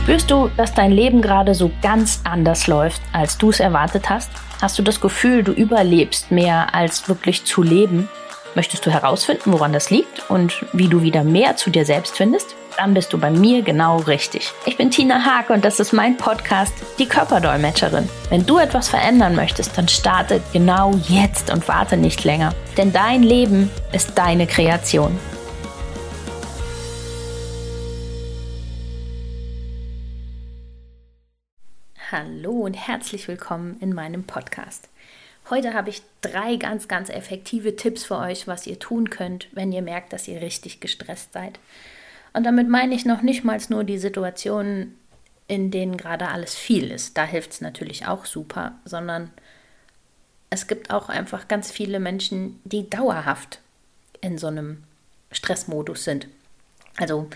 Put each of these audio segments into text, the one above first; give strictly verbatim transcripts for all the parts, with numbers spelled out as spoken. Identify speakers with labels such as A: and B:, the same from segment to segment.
A: Spürst du, dass dein Leben gerade so ganz anders läuft, als du es erwartet hast? Hast du das Gefühl, du überlebst mehr als wirklich zu leben? Möchtest du herausfinden, woran das liegt und wie du wieder mehr zu dir selbst findest? Dann bist du bei mir genau richtig. Ich bin Tina Haag und das ist mein Podcast, die Körperdolmetscherin. Wenn du etwas verändern möchtest, dann starte genau jetzt und warte nicht länger. Denn dein Leben ist deine Kreation. Hallo und herzlich willkommen in meinem Podcast. Heute habe ich drei ganz, ganz effektive Tipps für euch, was ihr tun könnt, wenn ihr merkt, dass ihr richtig gestresst seid. Und damit meine ich noch nicht mal nur die Situationen, in denen gerade alles viel ist. Da hilft es natürlich auch super, sondern es gibt auch einfach ganz viele Menschen, die dauerhaft in so einem Stressmodus sind. Also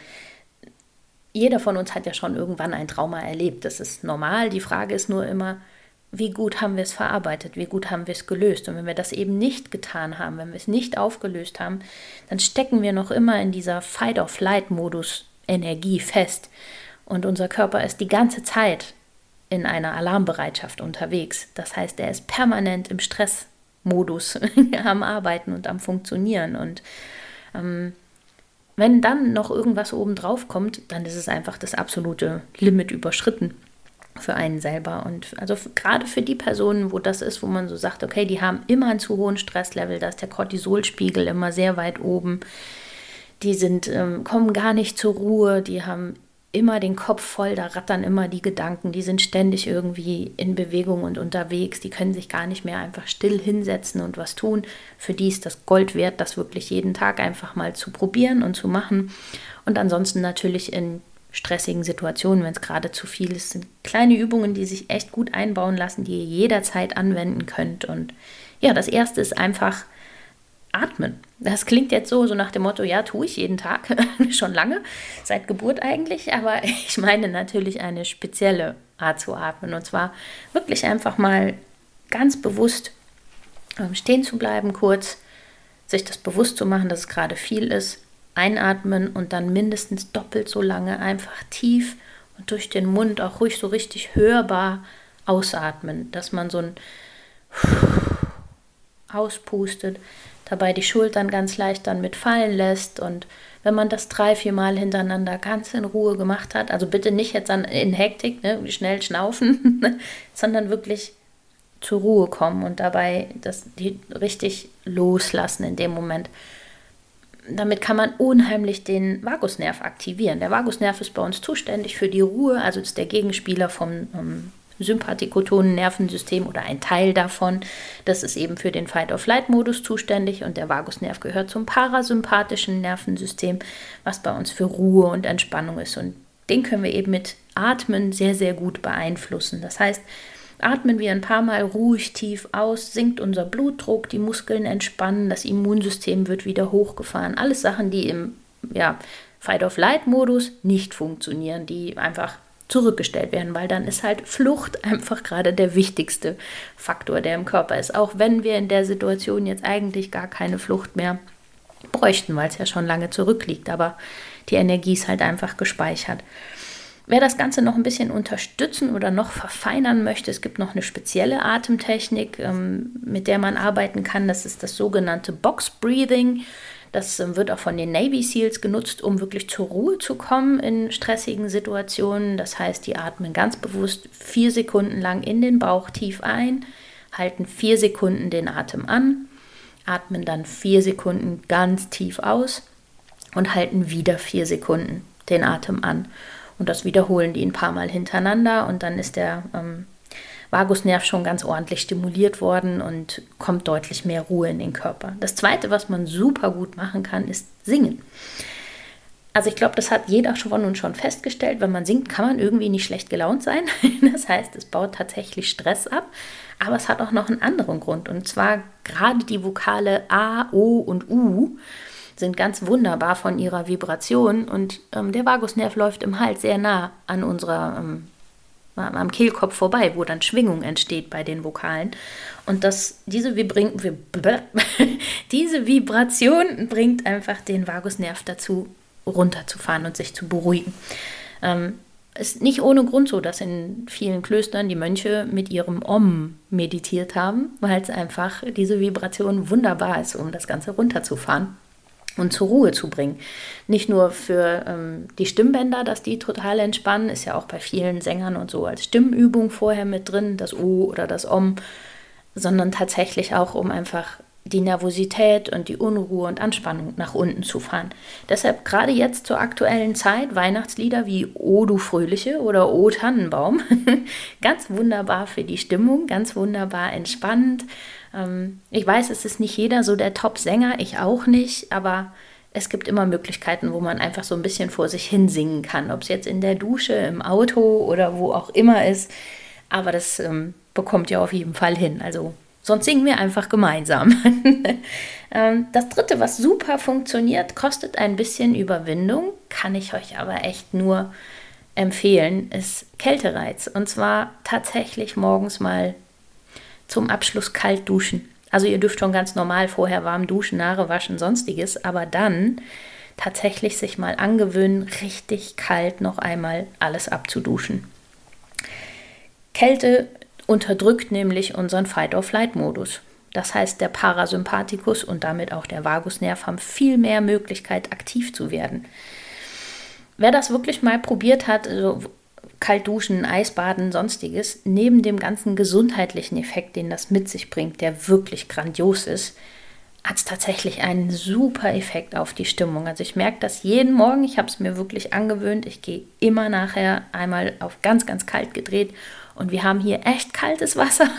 A: jeder von uns hat ja schon irgendwann ein Trauma erlebt. Das ist normal. Die Frage ist nur immer, wie gut haben wir es verarbeitet, wie gut haben wir es gelöst. Und wenn wir das eben nicht getan haben, wenn wir es nicht aufgelöst haben, dann stecken wir noch immer in dieser Fight-or-Flight-Modus Energie fest. Und unser Körper ist die ganze Zeit in einer Alarmbereitschaft unterwegs. Das heißt, er ist permanent im Stressmodus am Arbeiten und am Funktionieren. Und ähm, wenn dann noch irgendwas obendrauf kommt, dann ist es einfach das absolute Limit überschritten für einen selber. Und also gerade für die Personen, wo das ist, wo man so sagt, okay, die haben immer einen zu hohen Stresslevel, da ist der Cortisolspiegel immer sehr weit oben, die sind, ähm, kommen gar nicht zur Ruhe, die haben immer den Kopf voll, da rattern immer die Gedanken, die sind ständig irgendwie in Bewegung und unterwegs, die können sich gar nicht mehr einfach still hinsetzen und was tun. Für die ist das Gold wert, das wirklich jeden Tag einfach mal zu probieren und zu machen. Und ansonsten natürlich in stressigen Situationen, wenn es gerade zu viel ist, sind kleine Übungen, die sich echt gut einbauen lassen, die ihr jederzeit anwenden könnt. Und ja, das erste ist einfach atmen. Das klingt jetzt so, so nach dem Motto, ja, tue ich jeden Tag, schon lange, seit Geburt eigentlich, aber ich meine natürlich eine spezielle Art zu atmen und zwar wirklich einfach mal ganz bewusst ähm, stehen zu bleiben kurz, sich das bewusst zu machen, dass es gerade viel ist, einatmen und dann mindestens doppelt so lange einfach tief und durch den Mund auch ruhig so richtig hörbar ausatmen, dass man so ein auspustet, dabei die Schultern ganz leicht dann mit fallen lässt und wenn man das drei, vier Mal hintereinander ganz in Ruhe gemacht hat, also bitte nicht jetzt in Hektik, ne, schnell schnaufen, sondern wirklich zur Ruhe kommen und dabei das die richtig loslassen in dem Moment. Damit kann man unheimlich den Vagusnerv aktivieren. Der Vagusnerv ist bei uns zuständig für die Ruhe, also ist der Gegenspieler vom um, sympathikotonen Nervensystem oder ein Teil davon. Das ist eben für den Fight-or-Flight-Modus zuständig und der Vagusnerv gehört zum parasympathischen Nervensystem, was bei uns für Ruhe und Entspannung ist. Und den können wir eben mit Atmen sehr, sehr gut beeinflussen. Das heißt, atmen wir ein paar Mal ruhig tief aus, sinkt unser Blutdruck, die Muskeln entspannen, das Immunsystem wird wieder hochgefahren. Alles Sachen, die im ja, Fight-or-Flight-Modus nicht funktionieren, die einfach zurückgestellt werden, weil dann ist halt Flucht einfach gerade der wichtigste Faktor, der im Körper ist. Auch wenn wir in der Situation jetzt eigentlich gar keine Flucht mehr bräuchten, weil es ja schon lange zurückliegt, aber die Energie ist halt einfach gespeichert. Wer das Ganze noch ein bisschen unterstützen oder noch verfeinern möchte, es gibt noch eine spezielle Atemtechnik, ähm, mit der man arbeiten kann. Das ist das sogenannte Box Breathing. Das ähm, wird auch von den Navy Seals genutzt, um wirklich zur Ruhe zu kommen in stressigen Situationen. Das heißt, die atmen ganz bewusst vier Sekunden lang in den Bauch tief ein, halten vier Sekunden den Atem an, atmen dann vier Sekunden ganz tief aus und halten wieder vier Sekunden den Atem an. Und das wiederholen die ein paar Mal hintereinander und dann ist der ähm, Vagusnerv schon ganz ordentlich stimuliert worden und kommt deutlich mehr Ruhe in den Körper. Das Zweite, was man super gut machen kann, ist singen. Also ich glaube, das hat jeder schon und schon festgestellt, wenn man singt, kann man irgendwie nicht schlecht gelaunt sein. Das heißt, es baut tatsächlich Stress ab, aber es hat auch noch einen anderen Grund und zwar gerade die Vokale A, O und U sind ganz wunderbar von ihrer Vibration und ähm, der Vagusnerv läuft im Hals sehr nah an unserer, ähm, am Kehlkopf vorbei, wo dann Schwingung entsteht bei den Vokalen. Und das, diese, Vibring, diese Vibration bringt einfach den Vagusnerv dazu, runterzufahren und sich zu beruhigen. Ähm, ist nicht ohne Grund so, dass in vielen Klöstern die Mönche mit ihrem Om meditiert haben, weil es einfach diese Vibration wunderbar ist, um das Ganze runterzufahren und zur Ruhe zu bringen. Nicht nur für ähm, die Stimmbänder, dass die total entspannen, ist ja auch bei vielen Sängern und so als Stimmübung vorher mit drin, das O oder das Om, sondern tatsächlich auch, um einfach die Nervosität und die Unruhe und Anspannung nach unten zu fahren. Deshalb gerade jetzt zur aktuellen Zeit Weihnachtslieder wie O du Fröhliche oder O Tannenbaum, ganz wunderbar für die Stimmung, ganz wunderbar entspannend. Ähm, ich weiß, es ist nicht jeder so der Top-Sänger, ich auch nicht, aber es gibt immer Möglichkeiten, wo man einfach so ein bisschen vor sich hin singen kann, ob es jetzt in der Dusche, im Auto oder wo auch immer ist, aber das ähm, bekommt ihr auf jeden Fall hin, also sonst singen wir einfach gemeinsam. Das dritte, was super funktioniert, kostet ein bisschen Überwindung, kann ich euch aber echt nur empfehlen, ist Kältereiz. Und zwar tatsächlich morgens mal zum Abschluss kalt duschen. Also ihr dürft schon ganz normal vorher warm duschen, Haare waschen, sonstiges, aber dann tatsächlich sich mal angewöhnen, richtig kalt noch einmal alles abzuduschen. Kälte unterdrückt nämlich unseren Fight-or-Flight-Modus. Das heißt, der Parasympathikus und damit auch der Vagusnerv haben viel mehr Möglichkeit, aktiv zu werden. Wer das wirklich mal probiert hat, also kalt duschen, Eisbaden, sonstiges, neben dem ganzen gesundheitlichen Effekt, den das mit sich bringt, der wirklich grandios ist, hat es tatsächlich einen super Effekt auf die Stimmung. Also ich merke das jeden Morgen, ich habe es mir wirklich angewöhnt, ich gehe immer nachher einmal auf ganz, ganz kalt gedreht und wir haben hier echt kaltes Wasser.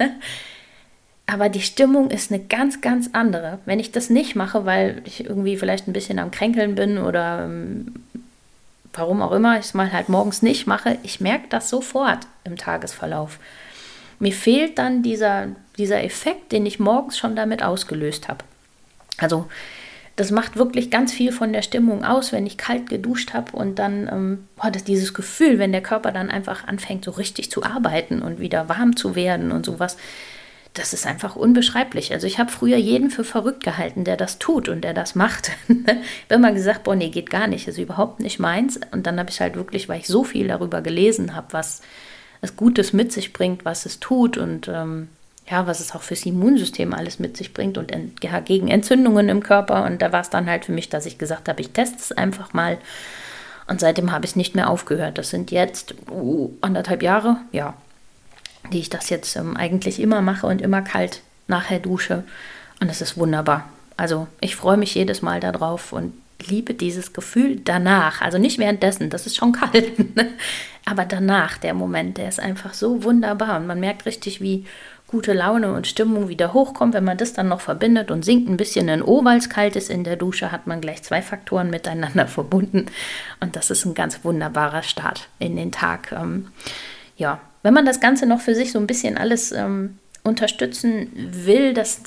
A: Aber die Stimmung ist eine ganz, ganz andere. Wenn ich das nicht mache, weil ich irgendwie vielleicht ein bisschen am Kränkeln bin oder ähm, warum auch immer ich es mal halt morgens nicht mache, ich merke das sofort im Tagesverlauf. Mir fehlt dann dieser, dieser Effekt, den ich morgens schon damit ausgelöst habe. Also das macht wirklich ganz viel von der Stimmung aus, wenn ich kalt geduscht habe und dann ähm, boah, das dieses Gefühl, wenn der Körper dann einfach anfängt, so richtig zu arbeiten und wieder warm zu werden und sowas, das ist einfach unbeschreiblich. Also ich habe früher jeden für verrückt gehalten, der das tut und der das macht. Ich habe immer gesagt, boah, nee, geht gar nicht, ist überhaupt nicht meins. Und dann habe ich halt wirklich, weil ich so viel darüber gelesen habe, was es Gutes mit sich bringt, was es tut und ähm, ja, was es auch fürs Immunsystem alles mit sich bringt und ent- ja, gegen Entzündungen im Körper. Und da war es dann halt für mich, dass ich gesagt habe, ich teste es einfach mal. Und seitdem habe ich es nicht mehr aufgehört. Das sind jetzt uh, anderthalb Jahre, ja, die ich das jetzt ähm, eigentlich immer mache und immer kalt nachher dusche. Und es ist wunderbar. Also ich freue mich jedes Mal darauf und liebe dieses Gefühl danach. Also nicht währenddessen, das ist schon kalt. Aber danach, der Moment, der ist einfach so wunderbar. Und man merkt richtig, wie gute Laune und Stimmung wieder hochkommt. Wenn man das dann noch verbindet und singt ein bisschen in O, weil es kalt ist in der Dusche, hat man gleich zwei Faktoren miteinander verbunden. Und das ist ein ganz wunderbarer Start in den Tag. Ähm, ja, wenn man das Ganze noch für sich so ein bisschen alles ähm, unterstützen will, das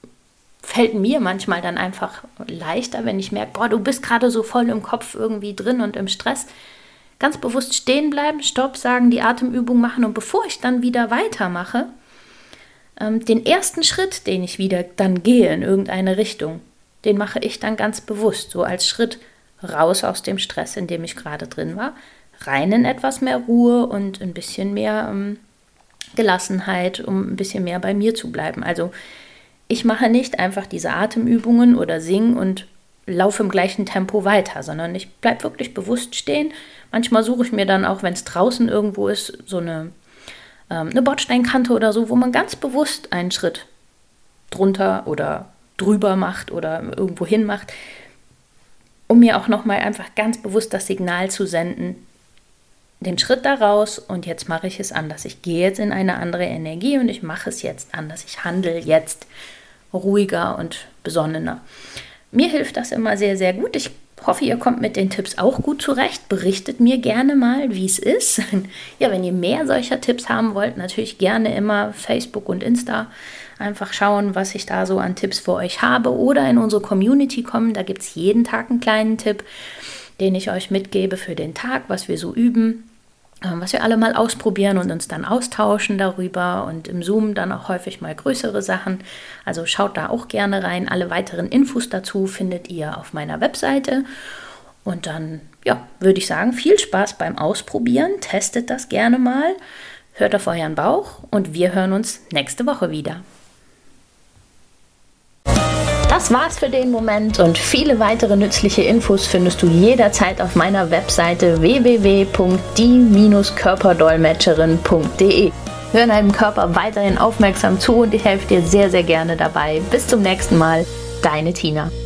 A: fällt mir manchmal dann einfach leichter, wenn ich merke, boah, du bist gerade so voll im Kopf irgendwie drin und im Stress. Ganz bewusst stehen bleiben, Stopp sagen, die Atemübung machen und bevor ich dann wieder weitermache, ähm, den ersten Schritt, den ich wieder dann gehe in irgendeine Richtung, den mache ich dann ganz bewusst, so als Schritt raus aus dem Stress, in dem ich gerade drin war, rein in etwas mehr Ruhe und ein bisschen mehr ähm, Gelassenheit, um ein bisschen mehr bei mir zu bleiben. Also ich mache nicht einfach diese Atemübungen oder singe und laufe im gleichen Tempo weiter, sondern ich bleibe wirklich bewusst stehen. Manchmal suche ich mir dann auch, wenn es draußen irgendwo ist, so eine, ähm, eine Bordsteinkante oder so, wo man ganz bewusst einen Schritt drunter oder drüber macht oder irgendwo hin macht, um mir auch nochmal einfach ganz bewusst das Signal zu senden, den Schritt da raus und jetzt mache ich es anders. Ich gehe jetzt in eine andere Energie und ich mache es jetzt anders. Ich handle jetzt ruhiger und besonnener. Mir hilft das immer sehr, sehr gut. Ich hoffe, ihr kommt mit den Tipps auch gut zurecht. Berichtet mir gerne mal, wie es ist. Ja, wenn ihr mehr solcher Tipps haben wollt, natürlich gerne immer Facebook und Insta. Einfach schauen, was ich da so an Tipps für euch habe oder in unsere Community kommen. Da gibt es jeden Tag einen kleinen Tipp, den ich euch mitgebe für den Tag, was wir so üben, was wir alle mal ausprobieren und uns dann austauschen darüber und im Zoom dann auch häufig mal größere Sachen. Also schaut da auch gerne rein. Alle weiteren Infos dazu findet ihr auf meiner Webseite. Und dann, ja, würde ich sagen, viel Spaß beim Ausprobieren. Testet das gerne mal. Hört auf euren Bauch und wir hören uns nächste Woche wieder. Das war's für den Moment und viele weitere nützliche Infos findest du jederzeit auf meiner Webseite w w w punkt die Bindestrich körperdolmetscherin punkt de. Hör deinem Körper weiterhin aufmerksam zu und ich helfe dir sehr, sehr gerne dabei. Bis zum nächsten Mal, deine Tina.